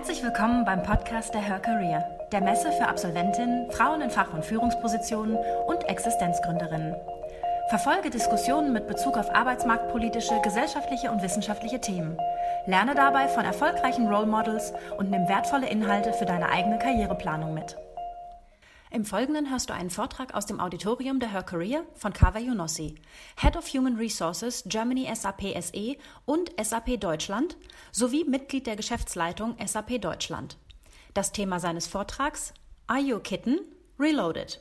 Herzlich willkommen beim Podcast der Her Career, der Messe für Absolventinnen, Frauen in Fach- und Führungspositionen und Existenzgründerinnen. Verfolge Diskussionen mit Bezug auf arbeitsmarktpolitische, gesellschaftliche und wissenschaftliche Themen. Lerne dabei von erfolgreichen Role Models und nimm wertvolle Inhalte für deine eigene Karriereplanung mit. Im Folgenden hörst du einen Vortrag aus dem Auditorium der Her Career von Kaveh Younossi, Head of Human Resources Germany SAP SE und SAP Deutschland sowie Mitglied der Geschäftsleitung SAP Deutschland. Das Thema seines Vortrags: Are You a Kitten? Reloaded.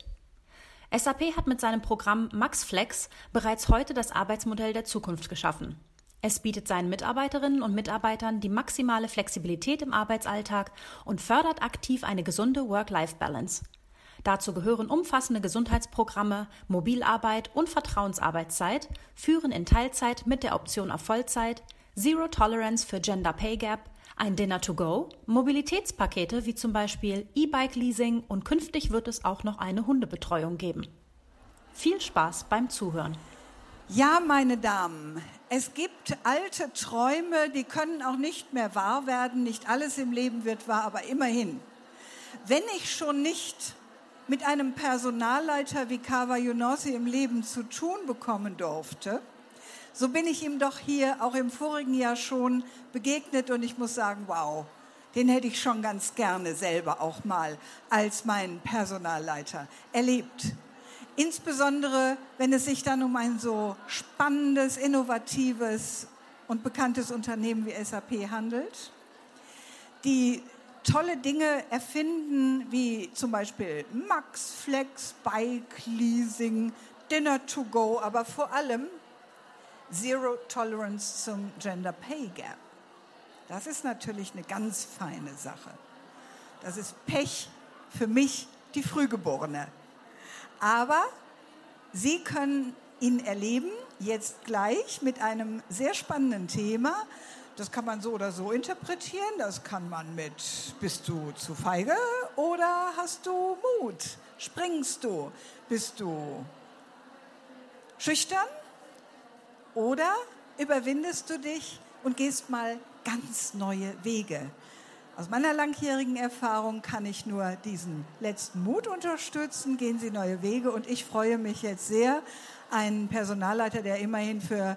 SAP hat mit seinem Programm MaxFlex bereits heute das Arbeitsmodell der Zukunft geschaffen. Es bietet seinen Mitarbeiterinnen und Mitarbeitern die maximale Flexibilität im Arbeitsalltag und fördert aktiv eine gesunde Work-Life-Balance. Dazu gehören umfassende Gesundheitsprogramme, Mobilarbeit und Vertrauensarbeitszeit, Führen in Teilzeit mit der Option auf Vollzeit, Zero Tolerance für Gender Pay Gap, ein Dinner to go, Mobilitätspakete wie zum Beispiel E-Bike-Leasing und künftig wird es auch noch eine Hundebetreuung geben. Viel Spaß beim Zuhören. Ja, meine Damen, es gibt alte Träume, die können auch nicht mehr wahr werden. Nicht alles im Leben wird wahr, aber immerhin. Wenn ich schon nicht mit einem Personalleiter wie Kaveh Younossi im Leben zu tun bekommen durfte, so bin ich ihm doch hier auch im vorigen Jahr schon begegnet und ich muss sagen, wow, den hätte ich schon ganz gerne selber auch mal als meinen Personalleiter erlebt. Insbesondere, wenn es sich dann um ein so spannendes, innovatives und bekanntes Unternehmen wie SAP handelt, die tolle Dinge erfinden, wie zum Beispiel MaxFlex, Bike Leasing, Dinner to go, aber vor allem Zero Tolerance zum Gender Pay Gap. Das ist natürlich eine ganz feine Sache. Das ist Pech für mich, die Frühgeborene. Aber Sie können ihn erleben, jetzt gleich mit einem sehr spannenden Thema. Das kann man so oder so interpretieren. Das kann man mit, bist du zu feige oder hast du Mut? Springst du? Bist du schüchtern? Oder überwindest du dich und gehst mal ganz neue Wege? Aus meiner langjährigen Erfahrung kann ich nur diesen letzten Mut unterstützen. Gehen Sie neue Wege und ich freue mich jetzt sehr, einen Personalleiter, der immerhin für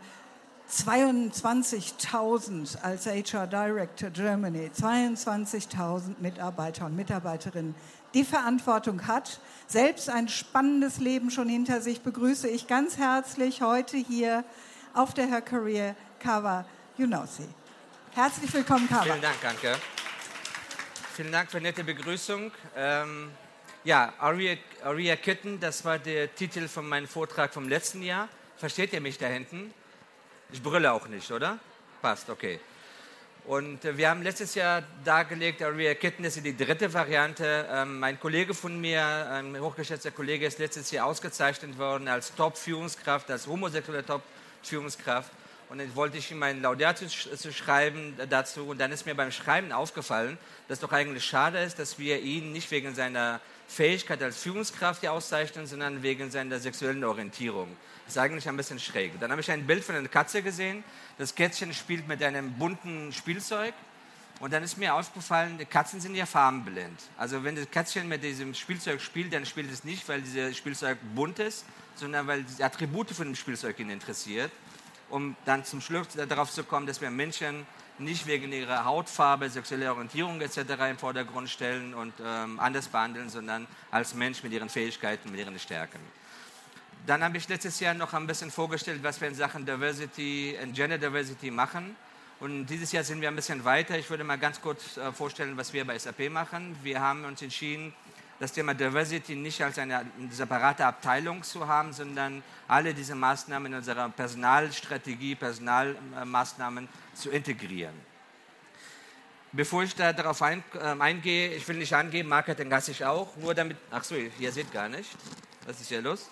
22.000 als HR Director Germany, 22.000 Mitarbeiter und Mitarbeiterinnen die Verantwortung hat, selbst ein spannendes Leben schon hinter sich, begrüße ich ganz herzlich heute hier auf der Her Career Kaveh Younossi. Herzlich willkommen, Kaveh. Vielen Dank, Anke. Vielen Dank für die nette Begrüßung. Ja, Are You a Kitten? Das war der Titel von meinem Vortrag vom letzten Jahr. Versteht ihr mich da hinten? Ich brülle auch nicht, oder? Passt, okay. Und wir haben letztes Jahr dargelegt, Are You a Kitten, das ist die dritte Variante. Ein Kollege von mir, ein hochgeschätzter Kollege, ist letztes Jahr ausgezeichnet worden als Top-Führungskraft, als homosexuelle Top-Führungskraft. Und dann wollte ich ihm ein Laudato zu schreiben dazu. Und dann ist mir beim Schreiben aufgefallen, dass es doch eigentlich schade ist, dass wir ihn nicht wegen seiner Fähigkeit als Führungskraft hier auszeichnen, sondern wegen seiner sexuellen Orientierung. Das ist eigentlich ein bisschen schräg. Dann habe ich ein Bild von einer Katze gesehen. Das Kätzchen spielt mit einem bunten Spielzeug. Und dann ist mir aufgefallen, die Katzen sind ja farbenblind. Also wenn das Kätzchen mit diesem Spielzeug spielt, dann spielt es nicht, weil dieses Spielzeug bunt ist, sondern weil die Attribute von dem Spielzeug ihn interessiert. Um dann zum Schluss darauf zu kommen, dass wir Menschen nicht wegen ihrer Hautfarbe, sexuelle Orientierung etc. im Vordergrund stellen und anders behandeln, sondern als Mensch mit ihren Fähigkeiten, mit ihren Stärken. Dann habe ich letztes Jahr noch ein bisschen vorgestellt, was wir in Sachen Diversity und Gender Diversity machen. Und dieses Jahr sind wir ein bisschen weiter. Ich würde mal ganz kurz vorstellen, was wir bei SAP machen. Wir haben uns entschieden, das Thema Diversity nicht als eine separate Abteilung zu haben, sondern alle diese Maßnahmen in unserer Personalstrategie, Personalmaßnahmen zu integrieren. Bevor ich da darauf eingehe, ich will nicht angeben, Marketing hasse ich auch, nur damit, ach so, ihr seht gar nicht, was ist hier los?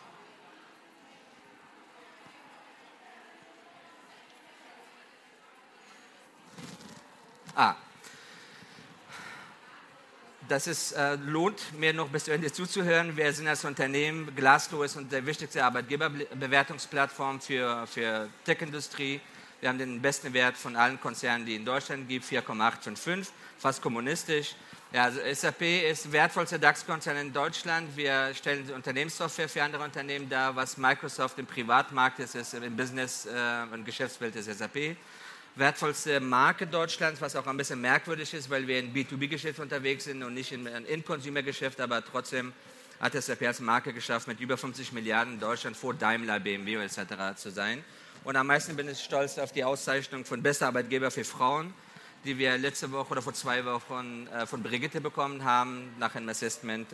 Lohnt mir noch bis zu Ende zuzuhören. Wir sind als Unternehmen, Glassdoor ist unsere wichtigste Arbeitgeberbewertungsplattform für Tech-Industrie. Wir haben den besten Wert von allen Konzernen, die in Deutschland gibt, 4,855, fast kommunistisch. Ja, also SAP ist der wertvollste DAX-Konzern in Deutschland. Wir stellen Unternehmenssoftware für andere Unternehmen dar, was Microsoft im Privatmarkt ist im Business- und Geschäftswelt ist SAP. Wertvollste Marke Deutschlands, was auch ein bisschen merkwürdig ist, weil wir in B2B-Geschäft unterwegs sind und nicht in Consumer-Geschäft, aber trotzdem hat SAP als Marke geschafft, mit über 50 Milliarden in Deutschland vor Daimler, BMW etc. zu sein. Und am meisten bin ich stolz auf die Auszeichnung von Bester Arbeitgeber für Frauen, die wir letzte Woche oder vor 2 Wochen von Brigitte bekommen haben, nach einem Assessment,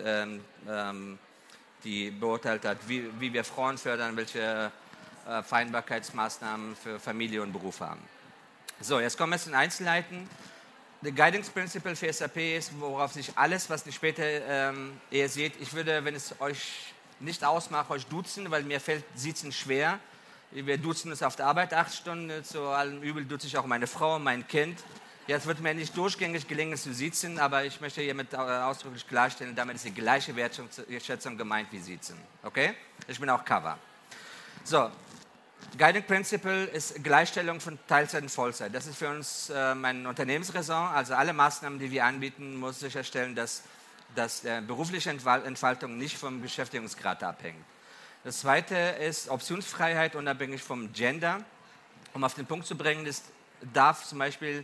die beurteilt hat, wie wir Frauen fördern, welche Vereinbarkeitsmaßnahmen für Familie und Beruf haben. So, jetzt kommen wir zu den Einzelheiten. Der Guiding Principle für SAP ist, worauf sich alles, was ihr später ihr seht, ich würde, wenn es euch nicht ausmacht, euch duzen, weil mir fällt Siezen schwer. Wir duzen uns auf der Arbeit 8 Stunden, zu allem Übel duze ich auch meine Frau, mein Kind. Jetzt wird mir nicht durchgängig gelingen zu siezen, aber ich möchte hiermit ausdrücklich klarstellen, damit ist die gleiche Wertschätzung gemeint wie Siezen. Okay? Ich bin auch Cover. So, Guiding Principle ist Gleichstellung von Teilzeit und Vollzeit. Das ist für uns mein Unternehmensraison. Also alle Maßnahmen, die wir anbieten, muss sicherstellen, dass berufliche Entfaltung nicht vom Beschäftigungsgrad abhängt. Das zweite ist Optionsfreiheit unabhängig vom Gender. Um auf den Punkt zu bringen, es darf zum Beispiel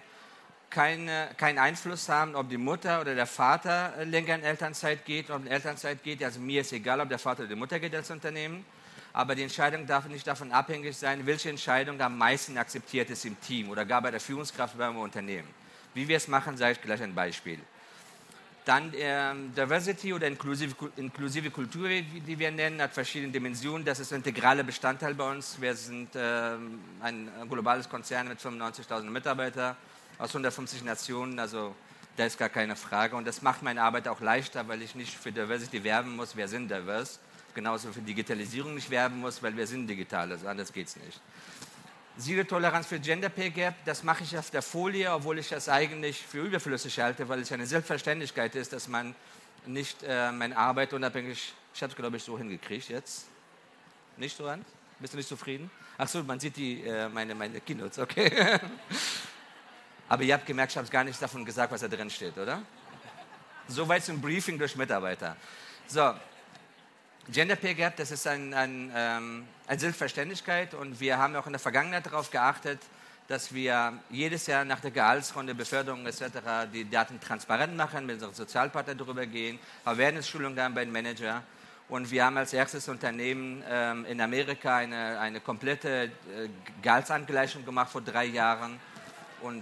keinen Einfluss haben, ob die Mutter oder der Vater länger in Elternzeit geht, ob in Elternzeit geht. Also mir ist egal, ob der Vater oder die Mutter geht als Unternehmen. Aber die Entscheidung darf nicht davon abhängig sein, welche Entscheidung am meisten akzeptiert ist im Team oder gar bei der Führungskraft beim Unternehmen. Wie wir es machen, sage ich gleich ein Beispiel. Dann Diversity oder inklusive Kultur, die wir nennen, hat verschiedene Dimensionen. Das ist ein integraler Bestandteil bei uns. Wir sind ein globales Konzern mit 95.000 Mitarbeitern aus 150 Nationen, also da ist gar keine Frage. Und das macht meine Arbeit auch leichter, weil ich nicht für Diversity werben muss, wir sind divers. Genauso für Digitalisierung nicht werben muss, weil wir sind digital, also anders geht es nicht. Zero Toleranz für Gender Pay Gap, das mache ich auf der Folie, obwohl ich das eigentlich für überflüssig halte, weil es eine Selbstverständlichkeit ist, dass man nicht meine Arbeit unabhängig, ich habe es glaube ich so hingekriegt jetzt, nicht so, Hans? Bist du nicht zufrieden? Ach so, man sieht meine Keynotes, okay. Aber ihr habt gemerkt, ich habe gar nichts davon gesagt, was da drin steht, oder? Soweit zum Briefing durch Mitarbeiter. So, Gender Pay Gap, das ist eine Selbstverständlichkeit und wir haben auch in der Vergangenheit darauf geachtet, dass wir jedes Jahr nach der Gehaltsrunde, Beförderung etc. die Daten transparent machen, mit unseren Sozialpartnern darüber gehen, Awareness-Schulung haben bei den Manager. Und wir haben als erstes Unternehmen in Amerika eine komplette Gehaltsangleichung gemacht vor 3 Jahren und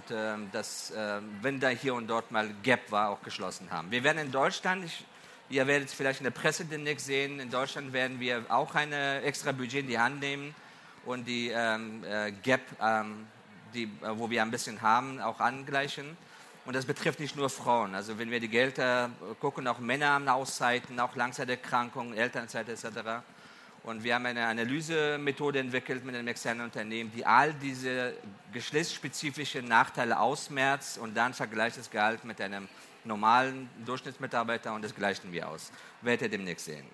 wenn da hier und dort mal Gap war, auch geschlossen haben. Wir werden in Deutschland, ihr werdet es vielleicht in der Presse demnächst sehen, in Deutschland werden wir auch ein extra Budget in die Hand nehmen und die Gap, wo wir ein bisschen haben, auch angleichen. Und das betrifft nicht nur Frauen. Also wenn wir die Gelder gucken, auch Männer haben Auszeiten, auch Langzeiterkrankungen, Elternzeit etc. Und wir haben eine Analysemethode entwickelt mit einem externen Unternehmen, die all diese geschlechtsspezifischen Nachteile ausmerzt und dann vergleicht das Gehalt mit einem normalen Durchschnittsmitarbeiter und das gleichen wir aus. Werdet ihr demnächst sehen.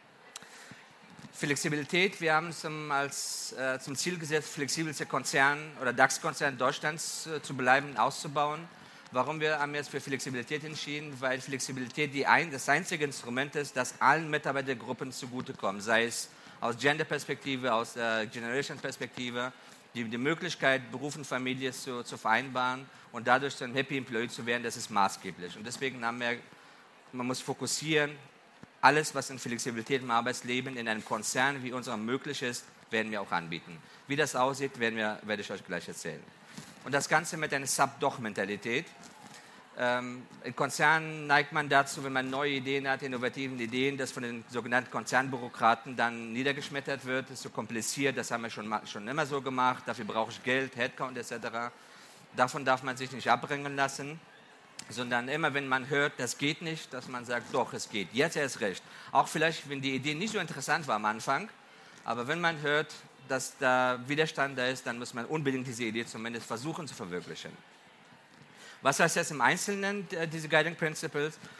Flexibilität, wir haben zum Ziel gesetzt, flexibelste Konzern oder DAX-Konzern Deutschlands zu bleiben und auszubauen. Warum haben wir jetzt für Flexibilität entschieden? Weil Flexibilität das einzige Instrument ist, das allen Mitarbeitergruppen zugutekommt, sei es aus Gender-Perspektive, aus der Generation-Perspektive, die Möglichkeit, Beruf und Familie zu vereinbaren und dadurch zu einem Happy Employee zu werden, das ist maßgeblich. Und deswegen haben wir, man muss fokussieren, alles, was in Flexibilität im Arbeitsleben in einem Konzern wie unserem möglich ist, werden wir auch anbieten. Wie das aussieht, werde ich euch gleich erzählen. Und das Ganze mit einer Sub-Doch-Mentalität. In Konzernen neigt man dazu, wenn man neue Ideen hat, innovative Ideen, dass von den sogenannten Konzernbürokraten dann niedergeschmettert wird. Das ist so kompliziert, das haben wir schon immer so gemacht, dafür brauche ich Geld, Headcount etc. Davon darf man sich nicht abbringen lassen, sondern immer, wenn man hört, das geht nicht, dass man sagt, doch, es geht, jetzt erst recht. Auch vielleicht, wenn die Idee nicht so interessant war am Anfang, aber wenn man hört, dass da Widerstand da ist, dann muss man unbedingt diese Idee zumindest versuchen zu verwirklichen. Was heißt jetzt im Einzelnen, diese Guiding Principles?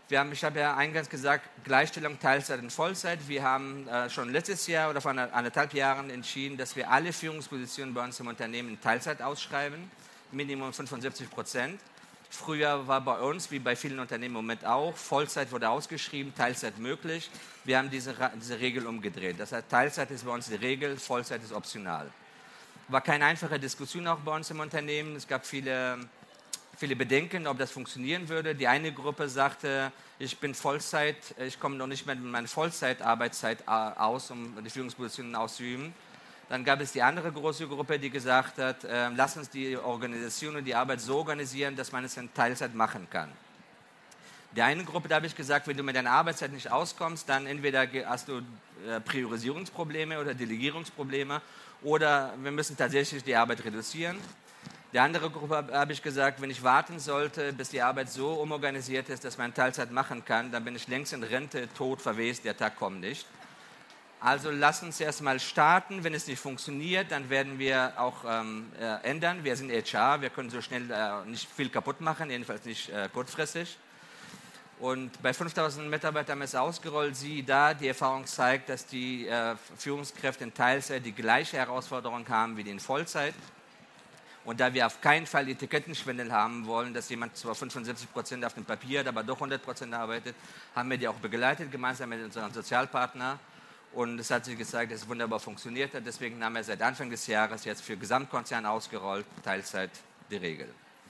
Ich habe ja eingangs gesagt, Gleichstellung Teilzeit und Vollzeit. Wir haben schon letztes Jahr oder vor 1,5 Jahren entschieden, dass wir alle Führungspositionen bei uns im Unternehmen in Teilzeit ausschreiben, Minimum 75%. Früher war bei uns, wie bei vielen Unternehmen im Moment auch, Vollzeit wurde ausgeschrieben, Teilzeit möglich. Wir haben diese Regel umgedreht. Das heißt, Teilzeit ist bei uns die Regel, Vollzeit ist optional. War keine einfache Diskussion auch bei uns im Unternehmen. Es gab viele Bedenken, ob das funktionieren würde. Die eine Gruppe sagte, ich bin Vollzeit, ich komme noch nicht mehr mit meiner Vollzeitarbeitszeit aus, um die Führungspositionen auszuüben. Dann gab es die andere große Gruppe, die gesagt hat, lass uns die Organisation und die Arbeit so organisieren, dass man es in Teilzeit machen kann. Der eine Gruppe, da habe ich gesagt, wenn du mit deiner Arbeitszeit nicht auskommst, dann entweder hast du Priorisierungsprobleme oder Delegierungsprobleme oder wir müssen tatsächlich die Arbeit reduzieren. Der andere Gruppe habe ich gesagt, wenn ich warten sollte, bis die Arbeit so umorganisiert ist, dass man Teilzeit machen kann, dann bin ich längst in Rente, tot, verwest, der Tag kommt nicht. Also lass uns erstmal starten. Wenn es nicht funktioniert, dann werden wir auch ändern. Wir sind HR, wir können so schnell nicht viel kaputt machen, jedenfalls nicht kurzfristig. Und bei 5.000 Mitarbeitern haben wir es ausgerollt. Siehe da, die Erfahrung zeigt, dass die Führungskräfte in Teilzeit die gleiche Herausforderung haben wie die in Vollzeit. Und da wir auf keinen Fall Etikettenschwindel haben wollen, dass jemand zwar 75% auf dem Papier hat, aber doch 100% arbeitet, haben wir die auch begleitet, gemeinsam mit unserem Sozialpartner. Und es hat sich gezeigt, dass es wunderbar funktioniert hat. Deswegen haben wir seit Anfang des Jahres jetzt für Gesamtkonzern ausgerollt, Teilzeit die Regel.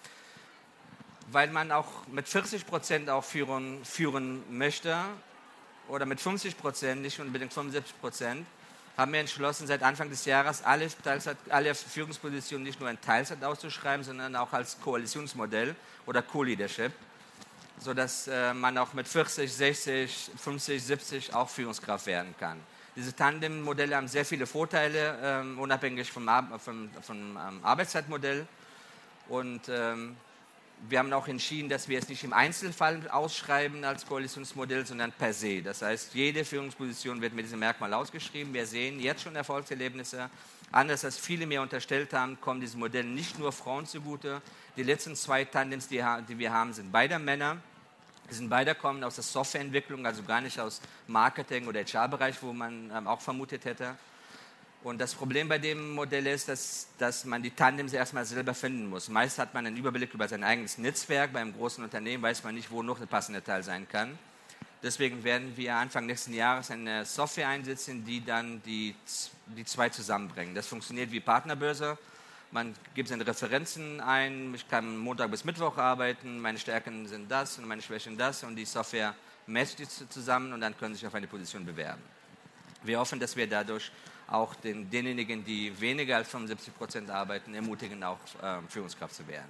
Weil man auch mit 40% auch führen möchte oder mit 50%, nicht unbedingt 75%, haben wir entschlossen, seit Anfang des Jahres alle Führungspositionen nicht nur in Teilzeit auszuschreiben, sondern auch als Koalitionsmodell oder Co-Leadership, sodass man auch mit 40, 60, 50, 70 auch Führungskraft werden kann. Diese Tandem-Modelle haben sehr viele Vorteile, unabhängig vom Arbeitszeitmodell. Und wir haben auch entschieden, dass wir es nicht im Einzelfall ausschreiben als Koalitionsmodell, sondern per se. Das heißt, jede Führungsposition wird mit diesem Merkmal ausgeschrieben. Wir sehen jetzt schon Erfolgserlebnisse. Anders als viele mir unterstellt haben, kommen diese Modelle nicht nur Frauen zugute. Die letzten 2 Tandems, die wir haben, sind beide Männer. Beide kommen aus der Softwareentwicklung, also gar nicht aus Marketing- oder HR-Bereich, wo man auch vermutet hätte. Und das Problem bei dem Modell ist, dass man die Tandems erstmal selber finden muss. Meist hat man einen Überblick über sein eigenes Netzwerk. Bei einem großen Unternehmen weiß man nicht, wo noch der passende Teil sein kann. Deswegen werden wir Anfang nächsten Jahres eine Software einsetzen, die dann die 2 zusammenbringen. Das funktioniert wie Partnerbörse. Man gibt seine Referenzen ein, ich kann Montag bis Mittwoch arbeiten, meine Stärken sind das und meine Schwächen das und die Software matcht die zusammen und dann können Sie sich auf eine Position bewerben. Wir hoffen, dass wir dadurch auch denjenigen, die weniger als 75% arbeiten, ermutigen, auch Führungskraft zu werden.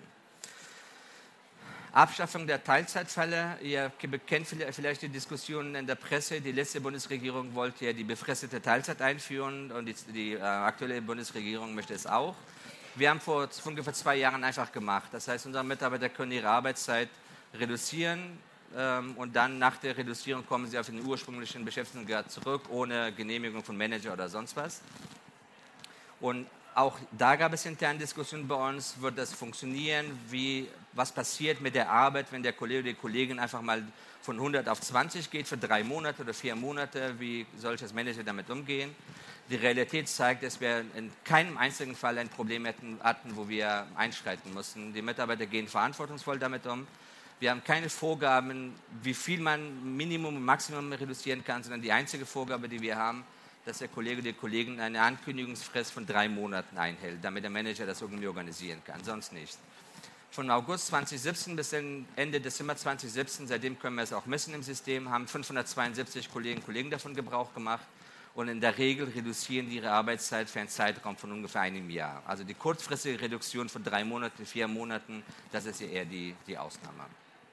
Abschaffung der Teilzeitfälle. Ihr kennt vielleicht die Diskussionen in der Presse. Die letzte Bundesregierung wollte ja die befristete Teilzeit einführen und die aktuelle Bundesregierung möchte es auch. Wir haben vor ungefähr 2 Jahren einfach gemacht. Das heißt, unsere Mitarbeiter können ihre Arbeitszeit reduzieren und dann nach der Reduzierung kommen sie auf den ursprünglichen Beschäftigungsgrad zurück, ohne Genehmigung von Manager oder sonst was. Und auch da gab es interne Diskussionen bei uns, wird das funktionieren, was passiert mit der Arbeit, wenn der Kollege oder die Kollegin einfach mal von 100 auf 20 geht für 3 Monate oder 4 Monate, wie soll ich als Manager damit umgehen? Die Realität zeigt, dass wir in keinem einzigen Fall ein Problem hatten, wo wir einschreiten mussten. Die Mitarbeiter gehen verantwortungsvoll damit um. Wir haben keine Vorgaben, wie viel man Minimum und Maximum reduzieren kann, sondern die einzige Vorgabe, die wir haben, dass der Kollege oder die Kollegin eine Ankündigungsfrist von 3 Monaten einhält, damit der Manager das irgendwie organisieren kann, sonst nicht. Von August 2017 bis Ende Dezember 2017, seitdem können wir es auch messen im System, haben 572 Kolleginnen und Kollegen davon Gebrauch gemacht und in der Regel reduzieren die ihre Arbeitszeit für einen Zeitraum von ungefähr einem Jahr. Also die kurzfristige Reduktion von 3 Monaten, 4 Monaten, das ist ja eher die Ausnahme.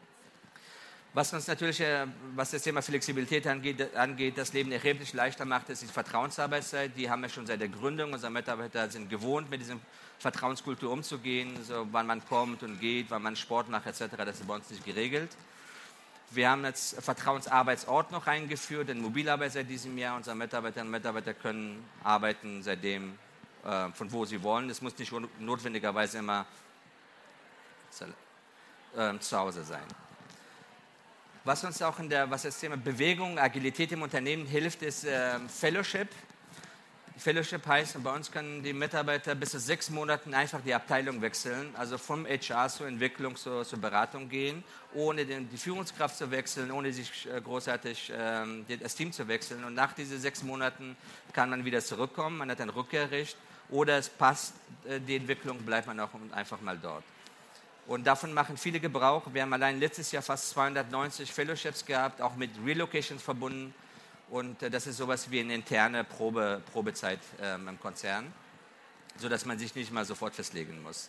Was uns natürlich, was das Thema Flexibilität angeht, das Leben erheblich leichter macht, ist die Vertrauensarbeitszeit. Die haben wir schon seit der Gründung. Unsere Mitarbeiter sind gewohnt, mit dieser Vertrauenskultur umzugehen, so wann man kommt und geht, wann man Sport macht etc. Das ist bei uns nicht geregelt. Wir haben jetzt Vertrauensarbeitsort noch eingeführt, in Mobilarbeit seit diesem Jahr. Unsere Mitarbeiterinnen und Mitarbeiter können arbeiten seitdem, von wo sie wollen. Es muss nicht notwendigerweise immer zu Hause sein. Was uns auch was das Thema Bewegung, Agilität im Unternehmen hilft, ist Fellowship. Fellowship heißt, bei uns können die Mitarbeiter bis zu 6 Monaten einfach die Abteilung wechseln, also vom HR zur Entwicklung, zur Beratung gehen, ohne die Führungskraft zu wechseln, ohne sich großartig das Team zu wechseln. Und nach diesen 6 Monaten kann man wieder zurückkommen, man hat ein Rückkehrrecht oder es passt, die Entwicklung bleibt man auch einfach mal dort. Und davon machen viele Gebrauch. Wir haben allein letztes Jahr fast 290 Fellowships gehabt, auch mit Relocations verbunden. Und das ist sowas wie eine interne Probezeit im Konzern, sodass man sich nicht mal sofort festlegen muss.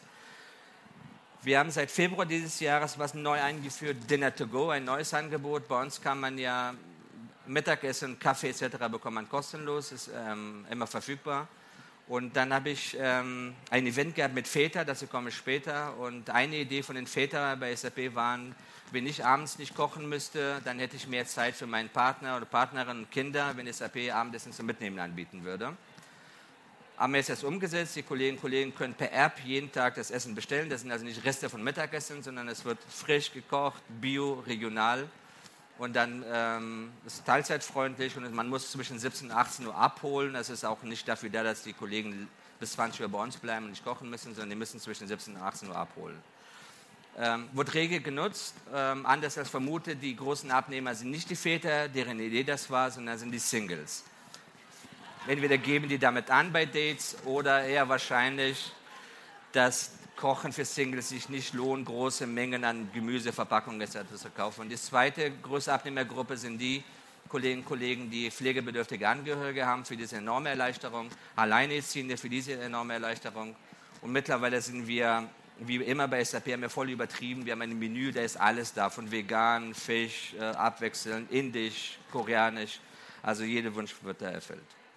Wir haben seit Februar dieses Jahres was neu eingeführt, Dinner to Go, ein neues Angebot. Bei uns kann man ja Mittagessen, Kaffee etc. bekommt man kostenlos, ist immer verfügbar. Und dann habe ich ein Event gehabt mit Vätern, dazu komme ich später. Und eine Idee von den Vätern bei SAP waren, wenn ich abends nicht kochen müsste, dann hätte ich mehr Zeit für meinen Partner oder Partnerin und Kinder, wenn SAP Abendessen zum Mitnehmen anbieten würde. Haben wir jetzt das umgesetzt. Die Kolleginnen und Kollegen können per App jeden Tag das Essen bestellen. Das sind also nicht Reste von Mittagessen, sondern es wird frisch gekocht, bio, regional. Und dann ist es teilzeitfreundlich und man muss zwischen 17 und 18 Uhr abholen. Das ist auch nicht dafür da, dass die Kollegen bis 20 Uhr bei uns bleiben und nicht kochen müssen, sondern die müssen zwischen 17 und 18 Uhr abholen. Wird rege genutzt. Anders als vermutet, die großen Abnehmer sind nicht die Väter, deren Idee das war, sondern sind die Singles. Entweder geben die damit an bei Dates oder eher wahrscheinlich, dass Kochen für Singles sich nicht lohnt, große Mengen an Gemüseverpackungen etc. zu kaufen. Und die zweite große Abnehmergruppe sind die Kolleginnen und Kollegen, die pflegebedürftige Angehörige haben für diese enorme Erleichterung, Alleinerziehende für diese enorme Erleichterung. Und mittlerweile sind wir, wie immer bei SAP, haben wir voll übertrieben. Wir haben ein Menü, da ist alles da, von vegan, Fisch, abwechselnd, indisch, koreanisch. Also jeder Wunsch wird da erfüllt.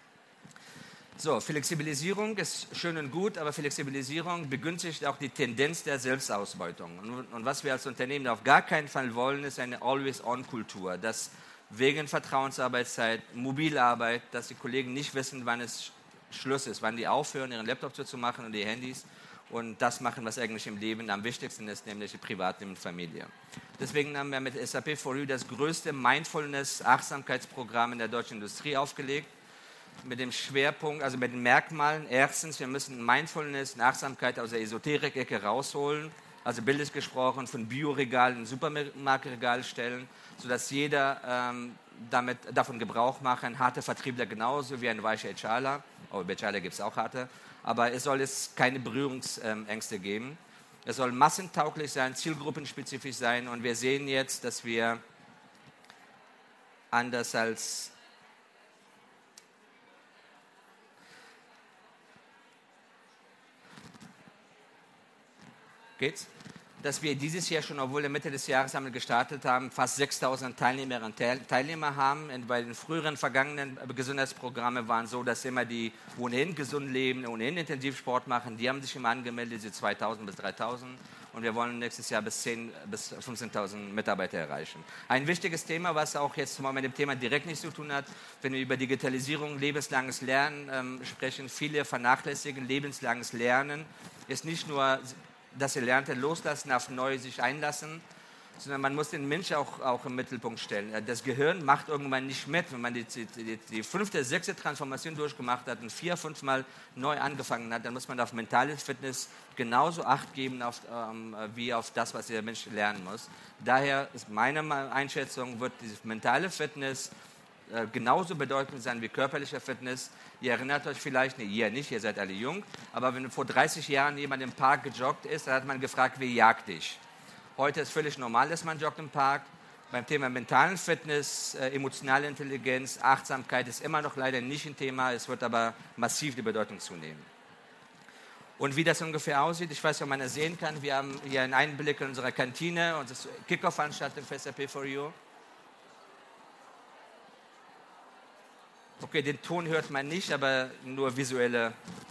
So, Flexibilisierung ist schön und gut, aber Flexibilisierung begünstigt auch die Tendenz der Selbstausbeutung. Und was wir als Unternehmen auf gar keinen Fall wollen, ist eine Always-on-Kultur, dass wegen Vertrauensarbeitszeit, Mobilarbeit, dass die Kollegen nicht wissen, wann es Schluss ist, wann die aufhören, ihren Laptop zu machen und die Handys und das machen, was eigentlich im Leben am wichtigsten ist, nämlich die Privatleben und Familie. Deswegen haben wir mit SAP For You das größte Mindfulness-Achtsamkeitsprogramm in der deutschen Industrie aufgelegt, mit dem Schwerpunkt, also mit den Merkmalen. Erstens, wir müssen Mindfulness und Achtsamkeit aus der Esoterik-Ecke rausholen, also bildlich gesprochen von Bioregal in Supermarktregal stellen, sodass jeder davon Gebrauch machen, harte Vertriebler genauso wie ein weicher HRler. Oh, bei HRler gibt es auch harte, aber es soll keine Berührungsängste geben. Es soll massentauglich sein, zielgruppenspezifisch sein und wir sehen jetzt, dass wir anders als geht's? Dass wir dieses Jahr schon, obwohl wir Mitte des Jahres damit gestartet haben, fast 6.000 Teilnehmerinnen und Teilnehmer haben. Bei den früheren vergangenen Gesundheitsprogrammen waren so, dass immer die ohnehin gesund leben, ohnehin Intensivsport machen, die haben sich immer angemeldet, diese 2.000 bis 3.000. Und wir wollen nächstes Jahr bis 10.000 bis 15.000 Mitarbeiter erreichen. Ein wichtiges Thema, was auch jetzt mal mit dem Thema direkt nichts zu tun hat, wenn wir über Digitalisierung, lebenslanges Lernen sprechen, viele vernachlässigen lebenslanges Lernen, ist nicht nur dass sie lernte, loslassen, auf neu sich einlassen, sondern man muss den Mensch auch im Mittelpunkt stellen. Das Gehirn macht irgendwann nicht mit, wenn man die 5., 6. Transformation durchgemacht hat und 4, 5 Mal neu angefangen hat, dann muss man auf mentale Fitness genauso Acht geben wie auf das, was der Mensch lernen muss. Daher ist meine Einschätzung, wird diese mentale Fitness genauso bedeutend sein wie körperliche Fitness. Ihr erinnert euch vielleicht, ihr nicht, ihr seid alle jung, aber wenn vor 30 Jahren jemand im Park gejoggt ist, dann hat man gefragt, wer jagt dich? Heute ist völlig normal, dass man joggt im Park. Beim Thema mentalen Fitness, emotionale Intelligenz, Achtsamkeit ist immer noch leider nicht ein Thema, es wird aber massiv die Bedeutung zunehmen. Und wie das ungefähr aussieht, ich weiß nicht, ob man das sehen kann, wir haben hier einen Einblick in unsere Kantine, unsere Kickoff-Veranstaltung für SAP For You. Okay, den Ton hört man nicht, aber nur visuelle.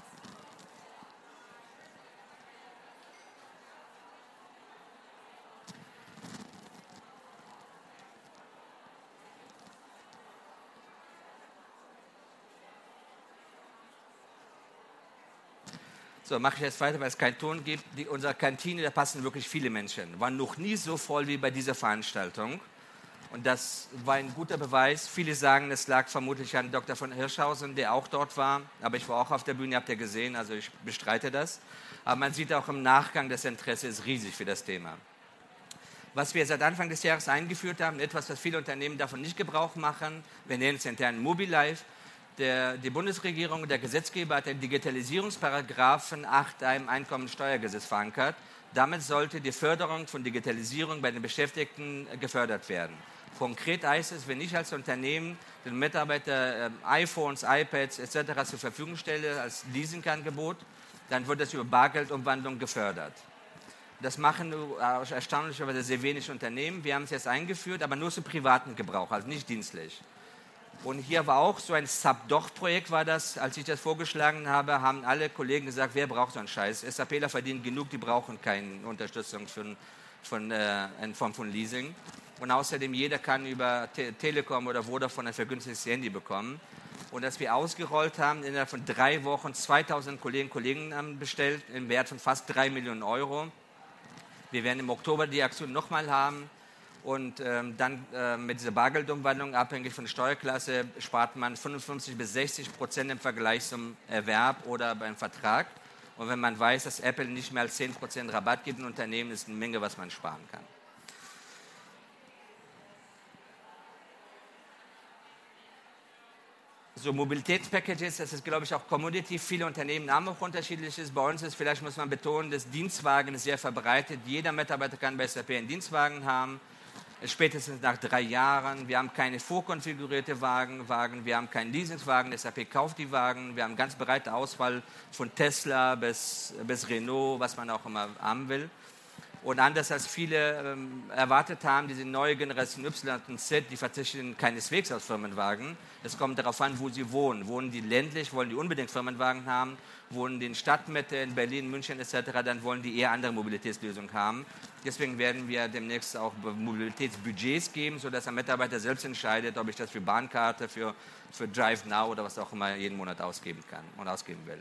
So, mache ich jetzt weiter, weil es keinen Ton gibt. Unsere Kantine, da passen wirklich viele Menschen. War noch nie so voll wie bei dieser Veranstaltung. Und das war ein guter Beweis. Viele sagen, es lag vermutlich an Dr. von Hirschhausen, der auch dort war. Aber ich war auch auf der Bühne, habt ihr gesehen, also ich bestreite das. Aber man sieht auch im Nachgang, das Interesse ist riesig für das Thema. Was wir seit Anfang des Jahres eingeführt haben, etwas, was viele Unternehmen davon nicht Gebrauch machen, wir nennen es intern MobiLife. Die Bundesregierung, der Gesetzgeber hat den Digitalisierungsparagraphen 8 im Einkommensteuergesetz verankert. Damit sollte die Förderung von Digitalisierung bei den Beschäftigten gefördert werden. Konkret heißt es, wenn ich als Unternehmen den Mitarbeitern iPhones, iPads etc. zur Verfügung stelle als Leasingangebot, dann wird das über Bargeldumwandlung gefördert. Das machen erstaunlicherweise sehr wenig Unternehmen. Wir haben es jetzt eingeführt, aber nur zum privaten Gebrauch, also nicht dienstlich. Und hier war auch so ein Sub-Doch-Projekt war das. Als ich das vorgeschlagen habe, haben alle Kollegen gesagt, wer braucht so einen Scheiß? SAPler verdienen genug, die brauchen keine Unterstützung in Form von Leasing. Und außerdem, jeder kann über Telekom oder Vodafone ein vergünstigtes Handy bekommen. Und dass wir ausgerollt haben, innerhalb von 3 Wochen 2000 Kolleginnen und Kollegen haben bestellt, im Wert von fast 3 Millionen Euro. Wir werden im Oktober die Aktion nochmal haben. Und dann mit dieser Bargeldumwandlung, abhängig von der Steuerklasse, spart man 55-60% im Vergleich zum Erwerb oder beim Vertrag. Und wenn man weiß, dass Apple nicht mehr als 10% Rabatt gibt in Unternehmen, ist eine Menge, was man sparen kann. So Mobilitätspackages, das ist, glaube ich, auch Commodity. Viele Unternehmen haben auch unterschiedliches. Bei uns ist, vielleicht muss man betonen, das Dienstwagen ist sehr verbreitet. Jeder Mitarbeiter kann bei SAP einen Dienstwagen haben. Spätestens nach 3 Jahren. Wir haben keine vorkonfigurierte Wagen. Wir haben keinen Leasingswagen. SAP kauft die Wagen. Wir haben ganz breite Auswahl von Tesla bis Renault, was man auch immer haben will. Und anders als viele erwartet haben, diese neue Generation Y und Z, die verzichten keineswegs auf Firmenwagen. Es kommt darauf an, wo sie wohnen. Wohnen die ländlich, wollen die unbedingt Firmenwagen haben. Wohnen die in Stadtmitte, in Berlin, München etc., dann wollen die eher andere Mobilitätslösungen haben. Deswegen werden wir demnächst auch Mobilitätsbudgets geben, sodass ein Mitarbeiter selbst entscheidet, ob ich das für Bahnkarte, für DriveNow oder was auch immer jeden Monat ausgeben kann und ausgeben will.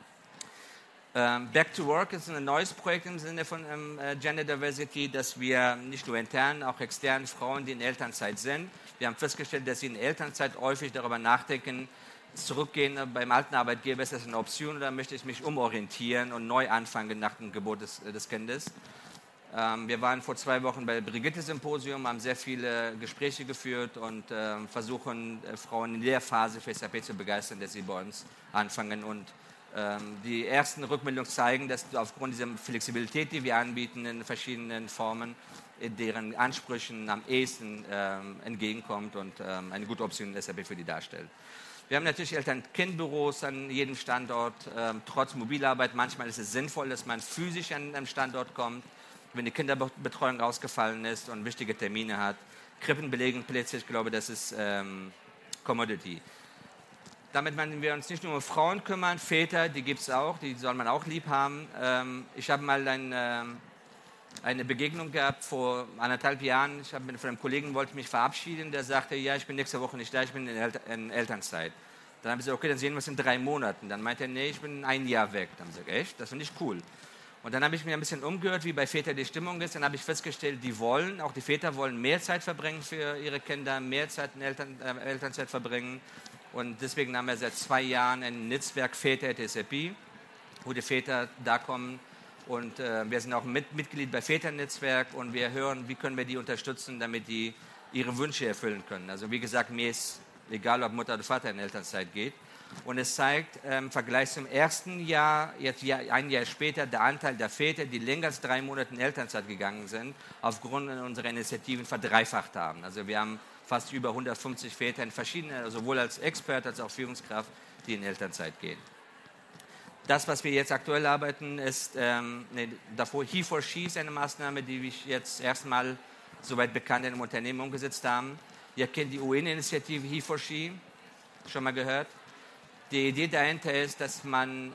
Back to Work ist ein neues Projekt im Sinne von Gender Diversity, dass wir nicht nur intern, auch extern Frauen, die in Elternzeit sind. Wir haben festgestellt, dass sie in Elternzeit häufig darüber nachdenken, zurückgehen beim alten Arbeitgeber, ist das eine Option oder möchte ich mich umorientieren und neu anfangen nach dem Geburt des Kindes. Wir waren vor 2 Wochen bei Brigitte-Symposium, haben sehr viele Gespräche geführt und versuchen, Frauen in der Phase für SAP zu begeistern, dass sie bei uns anfangen. Und die ersten Rückmeldungen zeigen, dass aufgrund dieser Flexibilität, die wir anbieten in verschiedenen Formen, deren Ansprüchen am ehesten entgegenkommt und eine gute Option in SAP für die darstellt. Wir haben natürlich Eltern-Kind-Büros an jedem Standort, trotz Mobilarbeit. Manchmal ist es sinnvoll, dass man physisch an einem Standort kommt, wenn die Kinderbetreuung ausgefallen ist und wichtige Termine hat. Krippenbelegenplätze, ich glaube, das ist Commodity. Damit werden wir uns nicht nur um Frauen kümmern, Väter, die gibt es auch, die soll man auch lieb haben. Ich habe mal eine Begegnung gehabt vor 1,5 Jahren. Ich habe mit einem Kollegen, wollte mich verabschieden, der sagte, ja, ich bin nächste Woche nicht da, ich bin in Elternzeit. Dann habe ich gesagt, okay, dann sehen wir uns in 3 Monaten. Dann meinte er, nee, ich bin 1 Jahr weg. Dann habe ich gesagt, echt? Das finde ich cool. Und dann habe ich mir ein bisschen umgehört, wie bei Vätern die Stimmung ist. Dann habe ich festgestellt, auch die Väter wollen mehr Zeit verbringen für ihre Kinder, mehr Zeit in Elternzeit verbringen. Und deswegen haben wir seit 2 Jahren ein Netzwerk Väter at SAP, wo die Väter da kommen. Und wir sind auch Mitglied bei Väternetzwerk und wir hören, wie können wir die unterstützen, damit die ihre Wünsche erfüllen können. Also wie gesagt, mir ist egal, ob Mutter oder Vater in Elternzeit geht. Und es zeigt im Vergleich zum ersten Jahr, jetzt ein Jahr später, der Anteil der Väter, die länger als 3 Monate in Elternzeit gegangen sind, aufgrund unserer Initiativen verdreifacht haben. Also wir haben fast über 150 Väter in verschiedenen, sowohl als Expert als auch Führungskraft, die in Elternzeit gehen. Das, was wir jetzt aktuell arbeiten, ist davor He4She ist eine Maßnahme, die wir jetzt erstmal soweit bekannt in einem Unternehmen umgesetzt haben. Ihr kennt die UN-Initiative He4She, schon mal gehört? Die Idee dahinter ist, dass man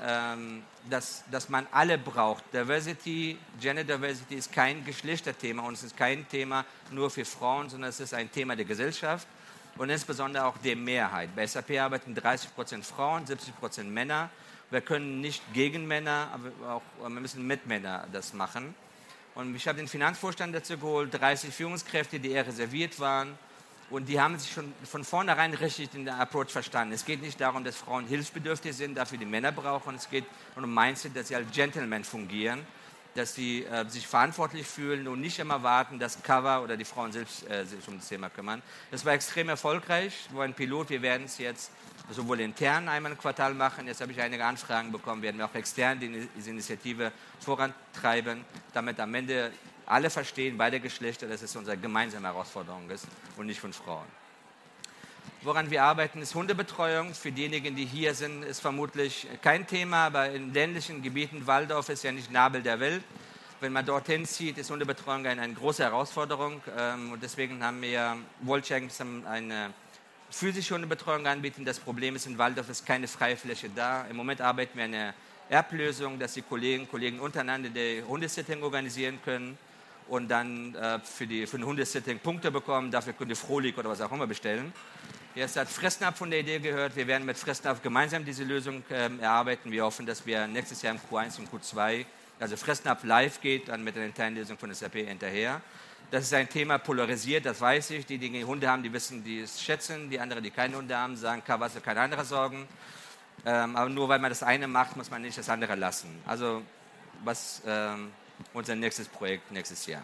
alle braucht. Diversity, Gender Diversity ist kein Geschlechterthema und es ist kein Thema nur für Frauen, sondern es ist ein Thema der Gesellschaft und insbesondere auch der Mehrheit. Bei SAP arbeiten 30% Frauen, 70% Männer. Wir können nicht gegen Männer, aber auch, wir müssen mit Männern das machen. Und ich habe den Finanzvorstand dazu geholt, 30 Führungskräfte, die eher reserviert waren. Und die haben sich schon von vornherein richtig in der Approach verstanden. Es geht nicht darum, dass Frauen hilfsbedürftig sind, dafür die Männer brauchen. Es geht um Mindset, dass sie als Gentlemen fungieren, dass sie sich verantwortlich fühlen und nicht immer warten, dass Cover oder die Frauen selbst sich um das Thema kümmern. Das war extrem erfolgreich. Wo ein Pilot, wir werden es jetzt sowohl intern einmal im Quartal machen, jetzt habe ich einige Anfragen bekommen, werden wir auch extern diese Initiative vorantreiben, damit am Ende alle verstehen, beide Geschlechter, dass es unsere gemeinsame Herausforderung ist und nicht von Frauen. Woran wir arbeiten, ist Hundebetreuung. Für diejenigen, die hier sind, ist vermutlich kein Thema, aber in ländlichen Gebieten, Waldorf ist ja nicht Nabel der Welt. Wenn man dorthin zieht, ist Hundebetreuung eine große Herausforderung. Und deswegen wollte ich eigentlich eine physische Hundebetreuung anbieten. Das Problem ist, in Waldorf ist keine freie Fläche da. Im Moment arbeiten wir an einer Erblösung, dass die Kollegen untereinander die Hundesitting organisieren können und dann für ein Hundesitting Punkte bekommen. Dafür können die Frohlig oder was auch immer bestellen. Jetzt hat Fressnapf von der Idee gehört. Wir werden mit Fressnapf gemeinsam diese Lösung erarbeiten. Wir hoffen, dass wir nächstes Jahr im Q1 und Q2, also Fressnapf live geht, dann mit der internen Lösung von SAP hinterher. Das ist ein Thema polarisiert, das weiß ich. Die, die Hunde haben, die wissen, die es schätzen. Die anderen, die keine Hunde haben, sagen, was kann anderer sorgen. Aber nur weil man das eine macht, muss man nicht das andere lassen. Also was unser nächstes Projekt nächstes Jahr.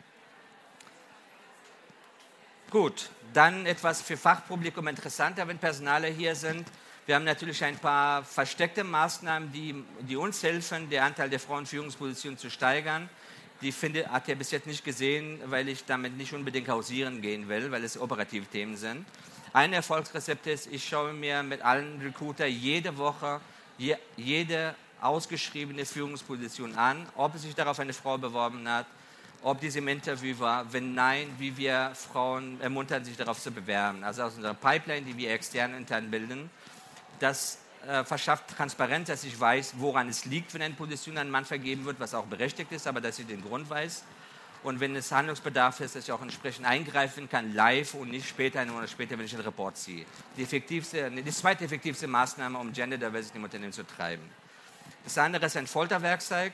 Gut, dann etwas für Fachpublikum interessanter, wenn Personale hier sind. Wir haben natürlich ein paar versteckte Maßnahmen, die uns helfen, den Anteil der Frauen in Führungspositionen zu steigern. Die hat er bis jetzt nicht gesehen, weil ich damit nicht unbedingt hausieren gehen will, weil es operative Themen sind. Ein Erfolgsrezept ist, ich schaue mir mit allen Recruiter jede Woche jede ausgeschriebene Führungsposition an, ob sich darauf eine Frau beworben hat, ob diese im Interview war, wenn nein, wie wir Frauen ermuntern, sich darauf zu bewerben. Also aus unserer Pipeline, die wir extern intern bilden, das verschafft Transparenz, dass ich weiß, woran es liegt, wenn eine Position an einen Mann vergeben wird, was auch berechtigt ist, aber dass ich den Grund weiß. Und wenn es Handlungsbedarf ist, dass ich auch entsprechend eingreifen kann, live und nicht später, einen Monat später, wenn ich einen Report ziehe. Die zweite effektivste Maßnahme, um Gender Diversity im Unternehmen zu treiben. Das andere ist ein Folterwerkzeug,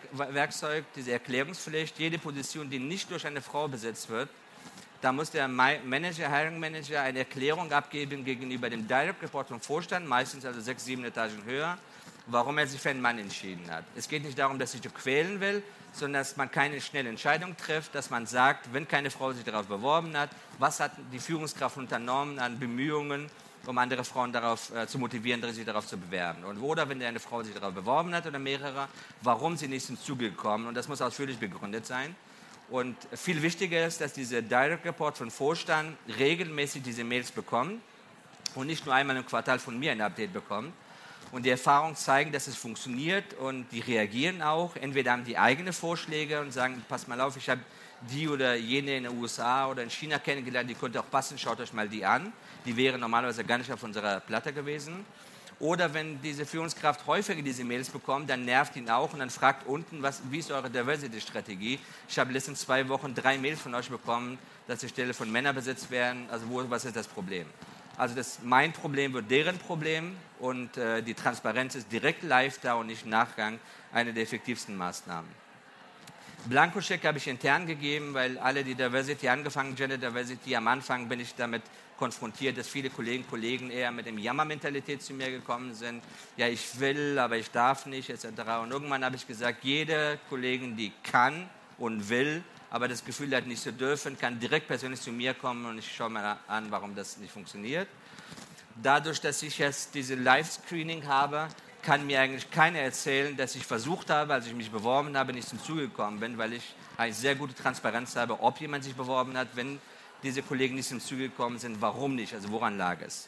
diese Erklärungspflicht. Jede Position, die nicht durch eine Frau besetzt wird, da muss der Hiring Manager eine Erklärung abgeben gegenüber dem Direct Report vom Vorstand, meistens also 6, 7 Etagen höher, warum er sich für einen Mann entschieden hat. Es geht nicht darum, dass ich quälen will, sondern dass man keine schnelle Entscheidung trifft, dass man sagt, wenn keine Frau sich darauf beworben hat, was hat die Führungskraft unternommen an Bemühungen, um andere Frauen darauf zu motivieren, sich darauf zu bewerben. Oder wenn eine Frau sich darauf beworben hat oder mehrere, warum sie nicht zum Zuge gekommen. Und das muss ausführlich begründet sein. Und viel wichtiger ist, dass dieser Direct Report von Vorstand regelmäßig diese Mails bekommt und nicht nur einmal im Quartal von mir ein Update bekommt. Und die Erfahrungen zeigen, dass es funktioniert und die reagieren auch. Entweder haben die eigene Vorschläge und sagen, pass mal auf, ich habe die oder jene in den USA oder in China kennengelernt, die könnte auch passen, schaut euch mal die an. Die wären normalerweise gar nicht auf unserer Platte gewesen. Oder wenn diese Führungskraft häufiger diese Mails bekommt, dann nervt ihn auch und dann fragt unten, wie ist eure Diversity-Strategie? Ich habe letztens 2 Wochen 3 Mails von euch bekommen, dass die Stelle von Männern besetzt werden. Also was ist das Problem? Also mein Problem wird deren Problem und die Transparenz ist direkt live da und nicht im Nachgang eine der effektivsten Maßnahmen. Blankoscheck habe ich intern gegeben, weil alle die Diversity angefangen, Gender Diversity, am Anfang bin ich damit konfrontiert, dass viele Kollegen eher mit dem Jammermentalität zu mir gekommen sind. Ja, ich will, aber ich darf nicht, etc. Und irgendwann habe ich gesagt, jede Kollegin, die kann und will, aber das Gefühl hat, nicht zu dürfen, kann direkt persönlich zu mir kommen und ich schaue mir an, warum das nicht funktioniert. Dadurch, dass ich jetzt diese Live-Screening habe, kann mir eigentlich keiner erzählen, dass ich versucht habe, als ich mich beworben habe, nicht zum Zuge gekommen bin, weil ich eine sehr gute Transparenz habe, ob jemand sich beworben hat, wenn diese Kollegen nicht zum Zuge gekommen sind, warum nicht, also woran lag es.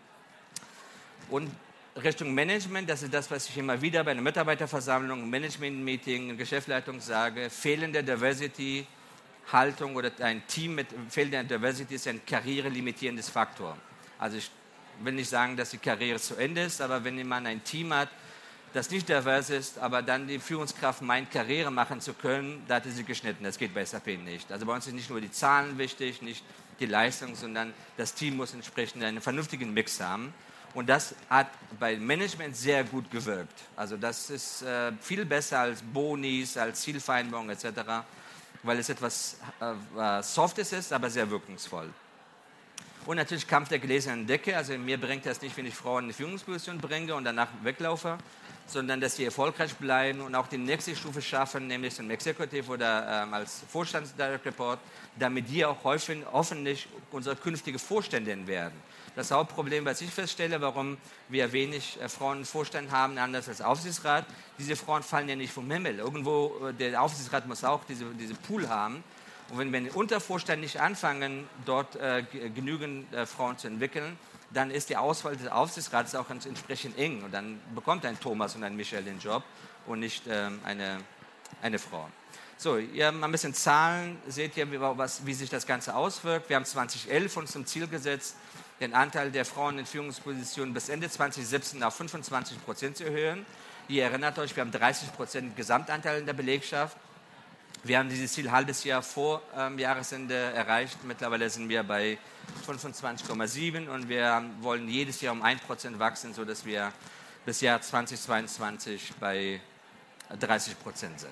Und Richtung Management, das ist das, was ich immer wieder bei einer Mitarbeiterversammlung, Management-Meeting, Geschäftsleitung sage, fehlende Diversity-Haltung oder ein Team mit fehlender Diversity ist ein karrierelimitierendes Faktor. Also ich will nicht sagen, dass die Karriere zu Ende ist, aber wenn jemand ein Team hat, das nicht divers ist, aber dann die Führungskraft meint, Karriere machen zu können, da hat sie geschnitten. Das geht bei SAP nicht. Also bei uns sind nicht nur die Zahlen wichtig, nicht die Leistung, sondern das Team muss entsprechend einen vernünftigen Mix haben. Und das hat bei Management sehr gut gewirkt. Also das ist viel besser als Bonis, als Zielvereinbarung etc., weil es etwas Softes ist, aber sehr wirkungsvoll. Und natürlich Kampf der gläsernen Decke. Also mir bringt das nicht, wenn ich Frauen in die Führungsposition bringe und danach weglaufe, sondern dass sie erfolgreich bleiben und auch die nächste Stufe schaffen, nämlich zum Executive oder als Vorstandsdirect Report, damit die auch hoffentlich unsere künftige Vorständin werden. Das Hauptproblem, was ich feststelle, warum wir wenig Frauen im Vorstand haben, anders als Aufsichtsrat, diese Frauen fallen ja nicht vom Himmel. Irgendwo, der Aufsichtsrat muss auch diese Pool haben. Und wenn wir im Untervorstand nicht anfangen, dort genügend Frauen zu entwickeln, dann ist die Auswahl des Aufsichtsrats auch entsprechend eng. Und dann bekommt ein Thomas und ein Michael den Job und nicht eine Frau. So, ihr habt mal ein bisschen Zahlen, seht ihr, wie sich das Ganze auswirkt. Wir haben 2011 uns zum Ziel gesetzt, den Anteil der Frauen in Führungspositionen bis Ende 2017 auf 25% zu erhöhen. Ihr erinnert euch, wir haben 30% Gesamtanteil in der Belegschaft. Wir haben dieses Ziel ein halbes Jahr vor Jahresende erreicht. Mittlerweile sind wir bei 25,7 und wir wollen jedes Jahr um 1% wachsen, sodass wir bis Jahr 2022 bei 30% sind.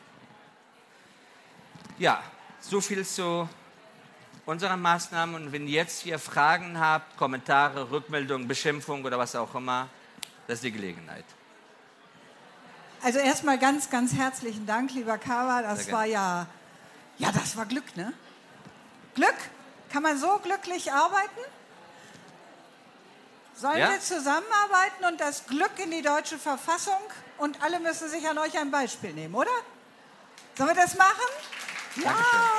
Ja, so viel zu unseren Maßnahmen. Und wenn ihr jetzt hier Fragen habt, Kommentare, Rückmeldungen, Beschimpfung oder was auch immer, das ist die Gelegenheit. Also erstmal ganz, ganz herzlichen Dank, lieber Kawa. Das war das war Glück, ne? Glück? Kann man so glücklich arbeiten? Sollen wir zusammenarbeiten und das Glück in die deutsche Verfassung und alle müssen sich an euch ein Beispiel nehmen, oder? Sollen wir das machen? Ja!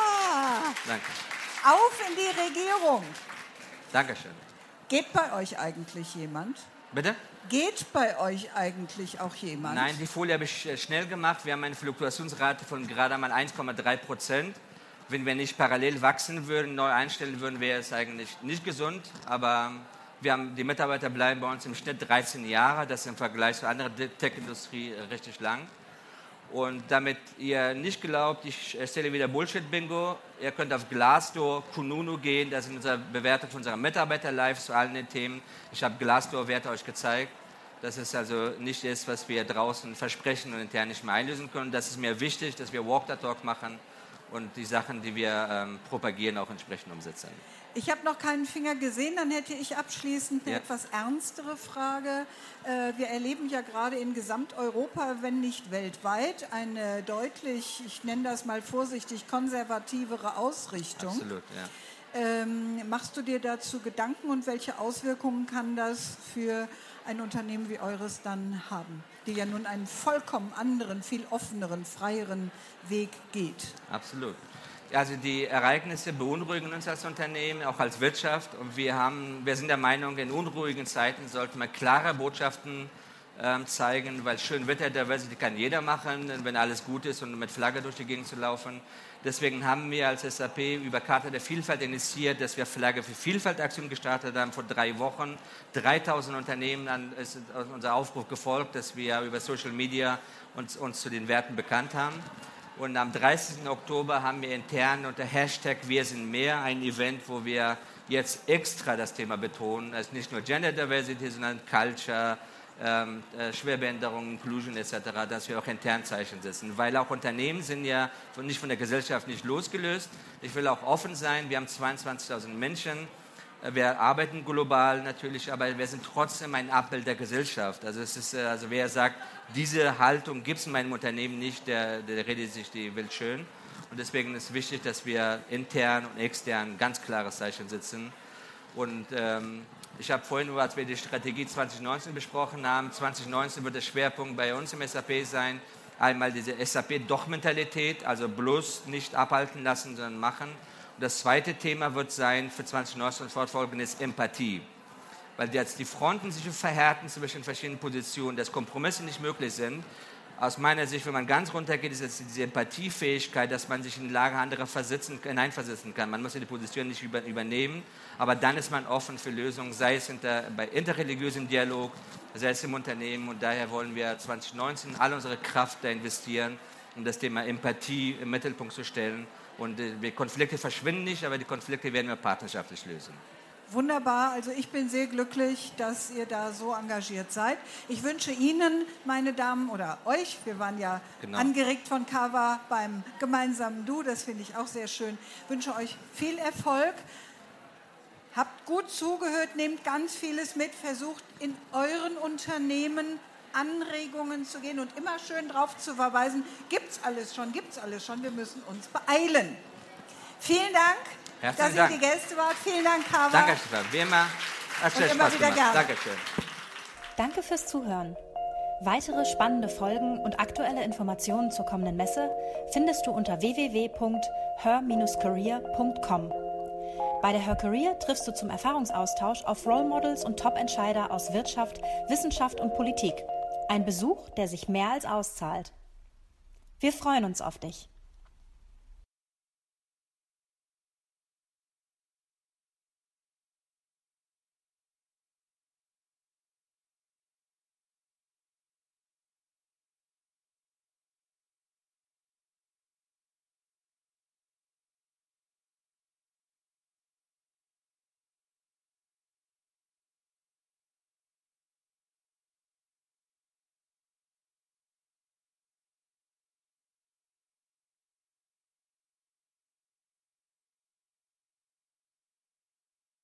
Danke. Auf in die Regierung. Dankeschön. Geht bei euch eigentlich jemand? Bitte? Geht bei euch eigentlich auch jemand? Nein, die Folie habe ich schnell gemacht. Wir haben eine Fluktuationsrate von gerade einmal 1,3%. Wenn wir nicht parallel wachsen würden, neu einstellen würden, wäre es eigentlich nicht gesund. Aber die Mitarbeiter bleiben bei uns im Schnitt 13 Jahre. Das ist im Vergleich zur anderen Tech-Industrie richtig lang. Und damit ihr nicht glaubt, ich erzähle wieder Bullshit-Bingo, ihr könnt auf Glassdoor, Kununu gehen, das ist unsere Bewertung von unserer Mitarbeiter-Live zu allen den Themen. Ich habe Glassdoor-Werte euch gezeigt. Das ist also nicht das, was wir draußen versprechen und intern nicht mehr einlösen können. Das ist mir wichtig, dass wir Walk the Talk machen und die Sachen, die wir propagieren, auch entsprechend umsetzen. Ich habe noch keinen Finger gesehen, dann hätte ich abschließend eine etwas ernstere Frage. Wir erleben ja gerade in Gesamteuropa, wenn nicht weltweit, eine deutlich, ich nenne das mal vorsichtig, konservativere Ausrichtung. Absolut, ja. Machst du dir dazu Gedanken und welche Auswirkungen kann das für ein Unternehmen wie eures dann haben, die ja nun einen vollkommen anderen, viel offeneren, freieren Weg geht? Absolut. Also die Ereignisse beunruhigen uns als Unternehmen, auch als Wirtschaft. Und wir sind der Meinung, in unruhigen Zeiten sollten wir klare Botschaften zeigen, weil schön Wetter-Diversity kann jeder machen, wenn alles gut ist und mit Flagge durch die Gegend zu laufen. Deswegen haben wir als SAP über Charta der Vielfalt initiiert, dass wir Flagge für Vielfalt-Aktion gestartet haben vor 3 Wochen. 3000 Unternehmen ist unser Aufruf gefolgt, dass wir über Social Media uns zu den Werten bekannt haben. Und am 30. Oktober haben wir intern unter Hashtag Wir sind mehr ein Event, wo wir jetzt extra das Thema betonen. Also nicht nur Gender Diversity, sondern Culture, Schwerbehinderung, Inclusion etc., dass wir auch intern Zeichen setzen. Weil auch Unternehmen sind ja nicht von der Gesellschaft nicht losgelöst. Ich will auch offen sein. Wir haben 22.000 Menschen. Wir arbeiten global natürlich, aber wir sind trotzdem ein Abbild der Gesellschaft. Also wer sagt, diese Haltung gibt es in meinem Unternehmen nicht, der redet sich die Welt schön. Und deswegen ist es wichtig, dass wir intern und extern ganz klares Zeichen setzen. Und ich habe vorhin, als wir die Strategie 2019 besprochen haben, 2019 wird der Schwerpunkt bei uns im SAP sein, einmal diese SAP-Doch-Mentalität, also bloß nicht abhalten lassen, sondern machen. Und das zweite Thema wird sein für 2019 und fortfolgendes Empathie. Weil jetzt die Fronten sich verhärten zwischen verschiedenen Positionen, dass Kompromisse nicht möglich sind. Aus meiner Sicht, wenn man ganz runtergeht, ist es diese Empathiefähigkeit, dass man sich in die Lage anderer hineinversetzen kann. Man muss ja die Position nicht übernehmen, aber dann ist man offen für Lösungen, sei es bei interreligiösem Dialog, sei es im Unternehmen. Und daher wollen wir 2019 all unsere Kraft da investieren, um das Thema Empathie im Mittelpunkt zu stellen. Und die Konflikte verschwinden nicht, aber die Konflikte werden wir partnerschaftlich lösen. Wunderbar, also ich bin sehr glücklich, dass ihr da so engagiert seid. Ich wünsche Ihnen, meine Damen, oder euch, wir waren ja angeregt von Kawa beim gemeinsamen Du, das finde ich auch sehr schön, wünsche euch viel Erfolg, habt gut zugehört, nehmt ganz vieles mit, versucht in euren Unternehmen Anregungen zu gehen und immer schön darauf zu verweisen, gibt's alles schon, wir müssen uns beeilen. Vielen Dank, dass ihr die Gäste wart. Vielen Dank, Carver. Danke, Stefan. Wie immer, hat sehr Spaß gemacht. Dankeschön. Danke fürs Zuhören. Weitere spannende Folgen und aktuelle Informationen zur kommenden Messe findest du unter www.her-career.com. Bei der Her Career triffst du zum Erfahrungsaustausch auf Role Models und Top-Entscheider aus Wirtschaft, Wissenschaft und Politik. Ein Besuch, der sich mehr als auszahlt. Wir freuen uns auf dich.